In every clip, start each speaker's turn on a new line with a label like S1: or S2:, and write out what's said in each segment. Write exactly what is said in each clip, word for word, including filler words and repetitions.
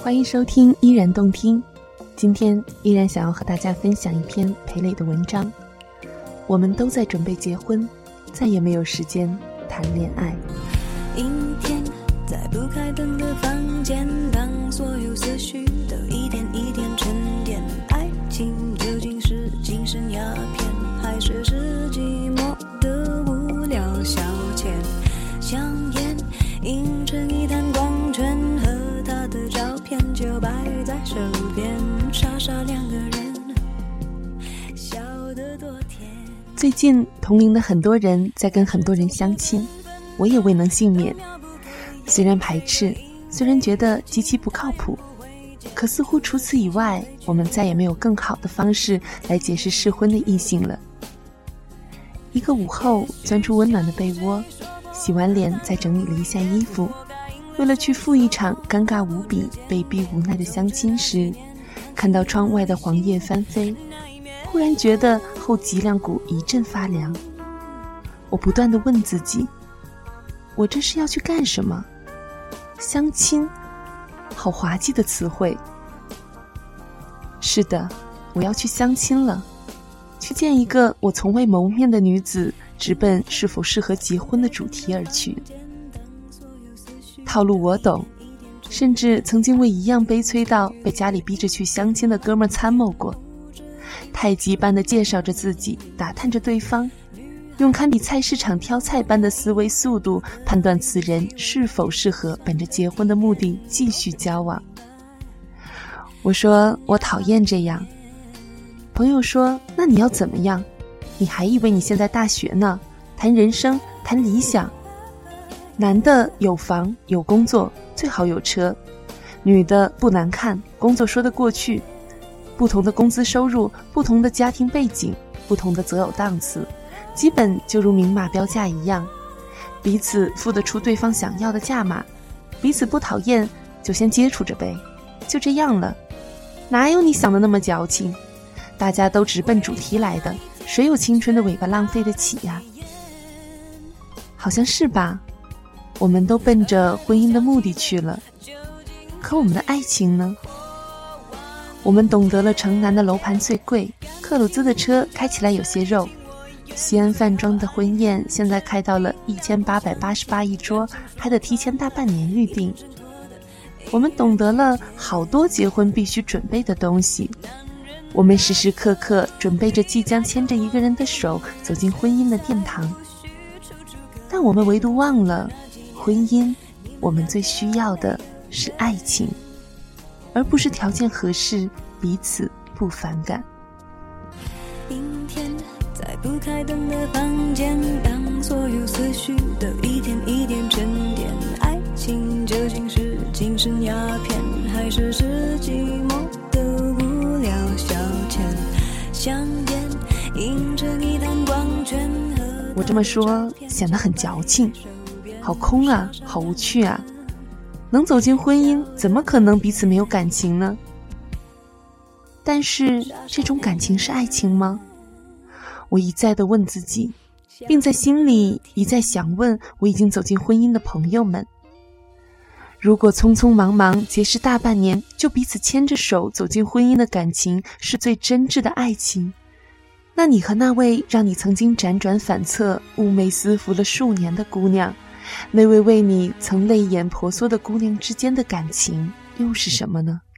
S1: 欢迎收听依然动听。今天依然想要和大家分享一篇裴磊的文章。我们都在准备结婚，再也没有时间谈恋爱。
S2: 阴天，在不开灯的房间，当所有思绪都一点一点沉淀，爱情究竟是精神鸦片，还是是寂寞的无聊消遣？香烟映成一滩光圈，和他的照片就摆在手边，傻傻两个人笑得多甜。
S1: 最近同龄的很多人在跟很多人相亲，我也未能幸免。虽然排斥，虽然觉得极其不靠谱，可似乎除此以外，我们再也没有更好的方式来解释适婚的异性了。一个午后，钻出温暖的被窝，洗完脸再整理了一下衣服，为了去赴一场尴尬无比被逼无奈的相亲时，看到窗外的黄叶翻飞，忽然觉得后脊梁骨一阵发凉。我不断地问自己，我这是要去干什么？相亲，好滑稽的词汇。是的，我要去相亲了，去见一个我从未谋面的女子，直奔是否适合结婚的主题而去。套路我懂，甚至曾经为一样悲催到被家里逼着去相亲的哥们参谋过，太极般的介绍着自己，打探着对方，用堪比菜市场挑菜般的思维速度判断此人是否适合本着结婚的目的继续交往。我说我讨厌这样。朋友说，那你要怎么样？你还以为你现在大学呢，谈人生，谈理想。男的有房有工作，最好有车，女的不难看，工作说得过去。不同的工资收入，不同的家庭背景，不同的择偶档次，基本就如明码标价一样，彼此付得出对方想要的价码，彼此不讨厌就先接触着呗，就这样了。哪有你想的那么矫情？大家都直奔主题来的，谁有青春的尾巴浪费得起呀？好像是吧，我们都奔着婚姻的目的去了，可我们的爱情呢？我们懂得了城南的楼盘最贵，克鲁兹的车开起来有些肉，西安饭庄的婚宴现在开到了一千八百八十八一桌，还得提前大半年预定。我们懂得了好多结婚必须准备的东西，我们时时刻刻准备着即将牵着一个人的手走进婚姻的殿堂，但我们唯独忘了，婚姻我们最需要的是爱情，而不是条件合适，彼此不反感。
S2: 阴天，在不开灯的房间，当所有思绪都一点一点沉淀，爱情究竟是精神鸦片，还是是寂寞的无聊消遣？香烟映成一滩光圈。
S1: 我这么说显得很矫情，好空啊，好无趣啊。能走进婚姻，怎么可能彼此没有感情呢？但是这种感情是爱情吗？我一再地问自己，并在心里一再想问我已经走进婚姻的朋友们，如果匆匆忙忙结识大半年就彼此牵着手走进婚姻的感情是最真挚的爱情，那你和那位让你曾经辗转反侧寤寐思服了数年的姑娘，那位为你曾泪眼婆娑的姑娘之间的感情又是什么呢？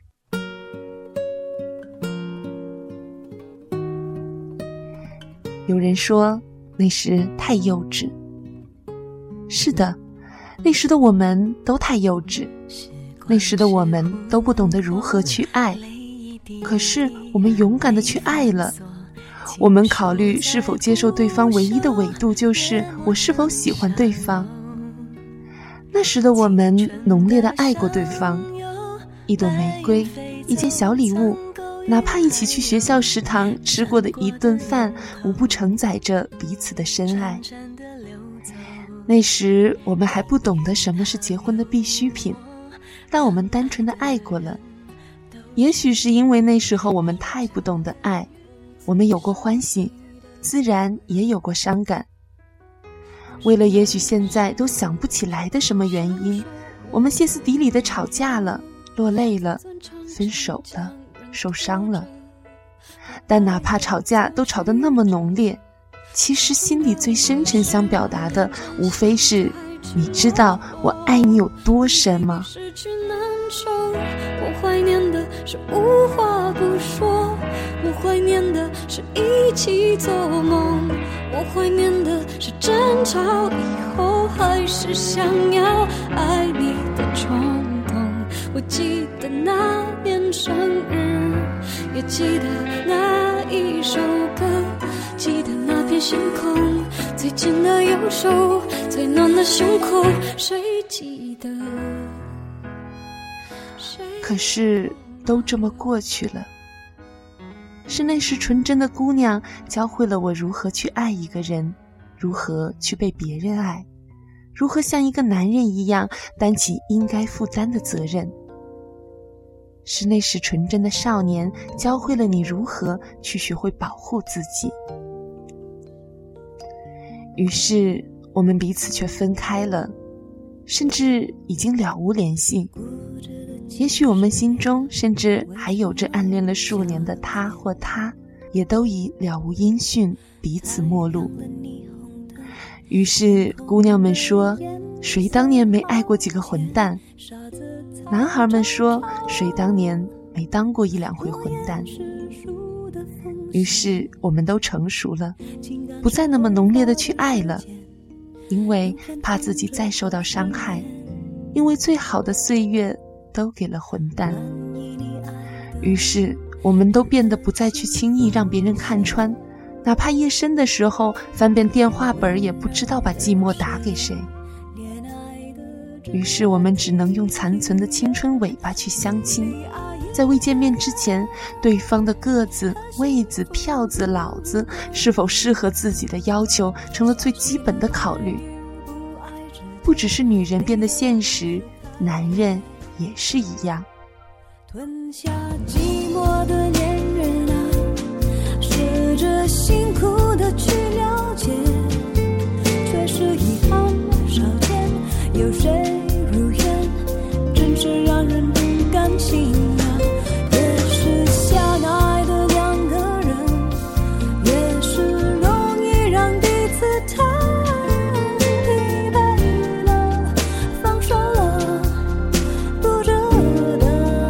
S1: 有人说那时太幼稚，是的，那时的我们都太幼稚，那时的我们都不懂得如何去爱，可是我们勇敢地去爱了。我们考虑是否接受对方唯一的纬度就是我是否喜欢对方。那时的我们浓烈地爱过对方，一朵玫瑰，一件小礼物，哪怕一起去学校食堂吃过的一顿饭，无不承载着彼此的深爱。那时我们还不懂得什么是结婚的必需品，但我们单纯地爱过了。也许是因为那时候我们太不懂得爱，我们有过欢喜，自然也有过伤感。为了也许现在都想不起来的什么原因，我们歇斯底里地吵架了， 落泪了，分手了，受伤了。但哪怕吵架都吵得那么浓烈，其实心里最深沉想表达的无非是，你知道我爱你有多深吗？
S2: 失去难受，我怀念的是无话不说，我怀念的是一起做梦，我怀念的是争吵以后还是想要爱你的冲动。我记得那年生日，也记得那一首歌，记得那片星空，最紧的右手，最暖的胸口，谁记得？
S1: 可是都这么过去了，是那时纯真的姑娘教会了我如何去爱一个人，如何去被别人爱，如何像一个男人一样担起应该负担的责任。是那时纯真的少年教会了你如何去学会保护自己。于是我们彼此却分开了，甚至已经了无联系。也许我们心中甚至还有着暗恋了数年的他或她，也都已了无音讯，彼此陌路。于是姑娘们说，谁当年没爱过几个混蛋？男孩们说，谁当年没当过一两回混蛋？于是我们都成熟了，不再那么浓烈的去爱了，因为怕自己再受到伤害，因为最好的岁月都给了混蛋。于是我们都变得不再去轻易让别人看穿，哪怕夜深的时候翻遍电话本也不知道把寂寞打给谁。于是我们只能用残存的青春尾巴去相亲，在未见面之前，对方的个子、位子、票子、老子是否适合自己的要求成了最基本的考虑。不只是女人变得现实，男人也是一样。
S2: 吞下寂寞的恋人啊，试着辛苦的去了解，却是遗憾少见，有谁如愿，真是让人不甘心啊。越是相爱的两个人，越是容易让彼此太疲惫了，放手了，不值得，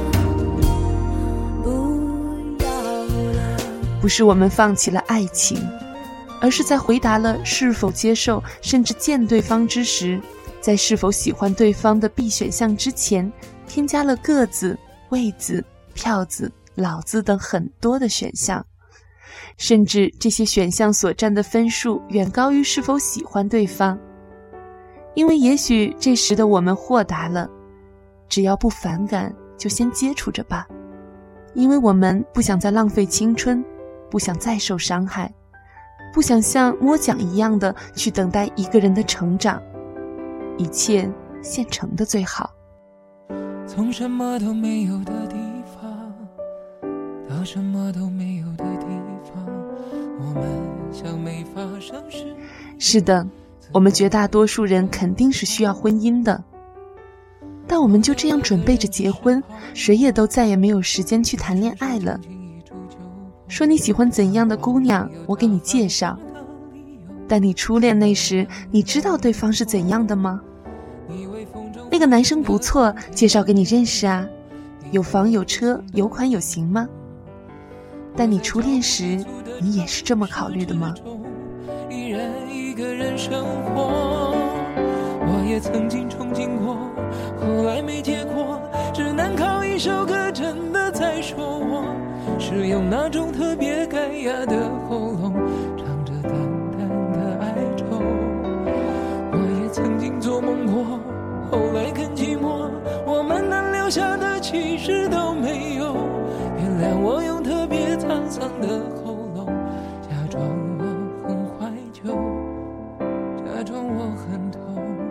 S2: 不要了。
S1: 不是我们放弃了爱情，而是在回答了是否接受甚至见对方之时，在是否喜欢对方的 B 选项之前，添加了个子、位子、票子、老子等很多的选项，甚至这些选项所占的分数远高于是否喜欢对方。因为也许这时的我们豁达了，只要不反感就先接触着吧，因为我们不想再浪费青春，不想再受伤害，不想像摸奖一样的去等待一个人的成长，一切现成的最好。
S3: 从什么都没有的地方到什么都没有的地方，我们像没发生事。
S1: 是的，我们绝大多数人肯定是需要婚姻的，但我们就这样准备着结婚，谁也都再也没有时间去谈恋爱了。说你喜欢怎样的姑娘，我给你介绍，但你初恋那时，你知道对方是怎样的吗？那个男生不错，介绍给你认识啊，有房有车有款有型吗？但你初恋时，你也是这么考虑的吗？
S3: 依然一个人生活，我也曾经憧憬过，后来没结果，只能靠一首歌真的在说我是用那种特别干哑的喉咙唱着淡淡的哀愁。我也曾经做梦过，后来更寂寞，我们能留下的其实都没有。原谅我用特别沧桑的喉咙假装我很怀旧，假装我很痛。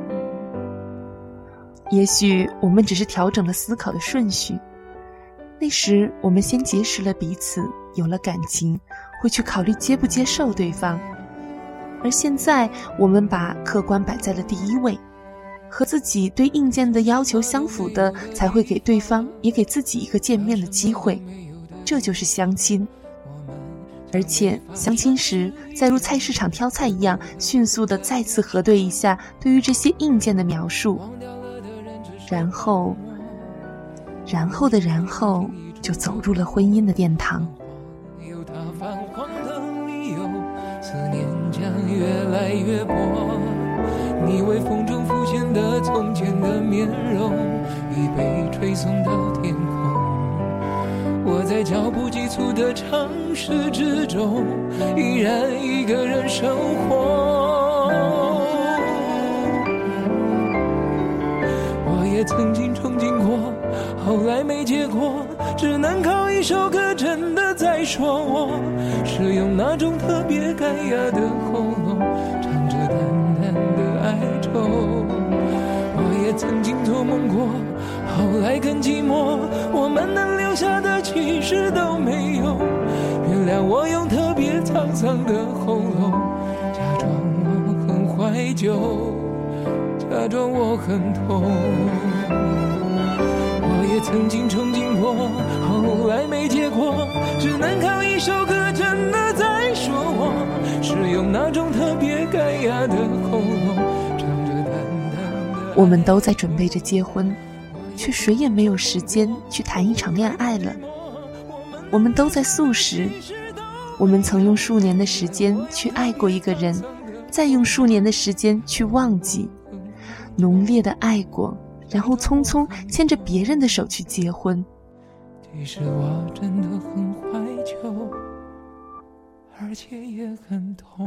S1: 也许我们只是调整了思考的顺序，那时我们先结识了彼此，有了感情，会去考虑接不接受对方。而现在我们把客观摆在了第一位， 和自己对硬件的要求相符的，才会给对方也给自己一个见面的机会，这就是相亲。而且相亲时，再如菜市场挑菜一样，迅速地再次核对一下对于这些硬件的描述，然后然后的然后就走入了婚姻的殿堂。
S3: 有他泛黄的理由，思念将越来越薄，你微风中浮现的从前的面容已被吹送到天空，我在脚步急促的城市之中依然一个人生活。我也曾经憧憬过，后来没结果，只能靠一首歌真的在说我是用那种特别干哑的喉咙唱着淡淡的哀愁。我也曾经做梦过，后来更寂寞，我们能留下的其实都没有。原谅我用特别沧桑的喉咙，假装我很怀旧，假装我很痛。我也曾经憧憬过，后来没结果，只能靠一首歌真的在说我是用那种特别干哑的喉咙唱着淡淡的。
S1: 我们都在准备着结婚，却谁也没有时间去谈一场恋爱了。我们都在素食，我们曾用数年的时间去爱过一个人，再用数年的时间去忘记，浓烈的爱过，然后匆匆牵着别人的手去结婚。
S3: 其实我真的很怀旧，而且也很痛。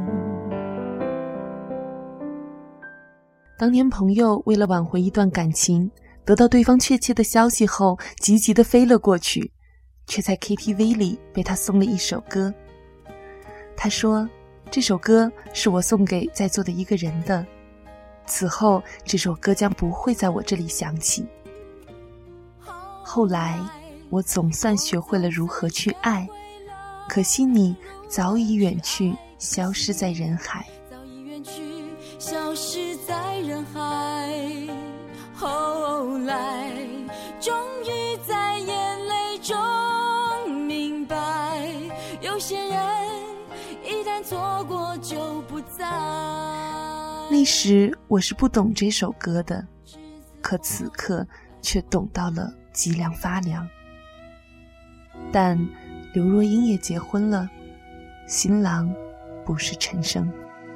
S1: 当年朋友为了挽回一段感情，得到对方确切的消息后，急急地飞了过去，却在 K T V 里被他送了一首歌。他说，这首歌是我送给在座的一个人的，此后这首歌将不会在我这里响起。后来我总算学会了如何去爱，可惜你早已远去，消失在人海。
S2: 早已远去，消失在人海。后来终于在眼泪中明白，有些人一旦错过就不在。
S1: 那时我是不懂这首歌的，可此刻却懂到了脊梁发凉。但刘若英也结婚了，新郎不是陈升。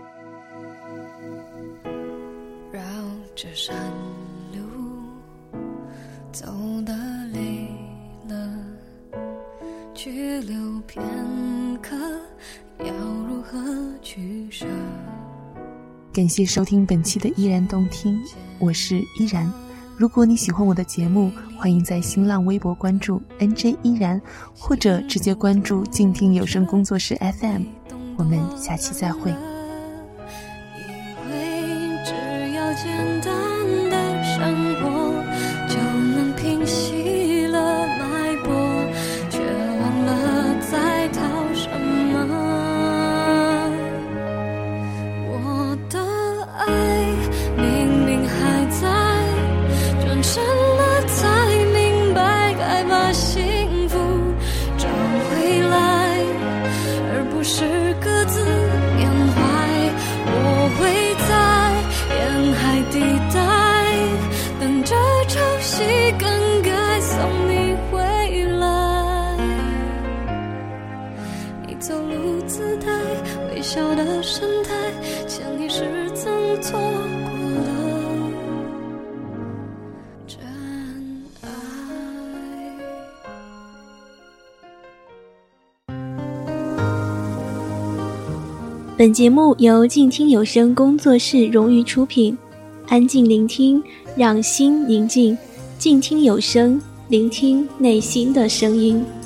S2: 绕着山路走得累了，去留片刻，要如何取舍？
S1: 感谢收听本期的依然动听，我是依然。如果你喜欢我的节目，欢迎在新浪微博关注 N J 依然，或者直接关注静听有声工作室 F M。 我们下期再会。
S2: 以为只要简单的生活就能平息了脉搏，却忘了在讨什么。我的爱明明还在，转身了才明白该把幸福找回来，而不是各自缅怀。我会在沿海地带等着潮汐更改，送你回来。你走路姿态，微笑的神态，前一世曾错过了真爱。
S4: 本节目由静听有声工作室荣誉出品，安静聆听，让心宁静，静听有声，聆听内心的声音。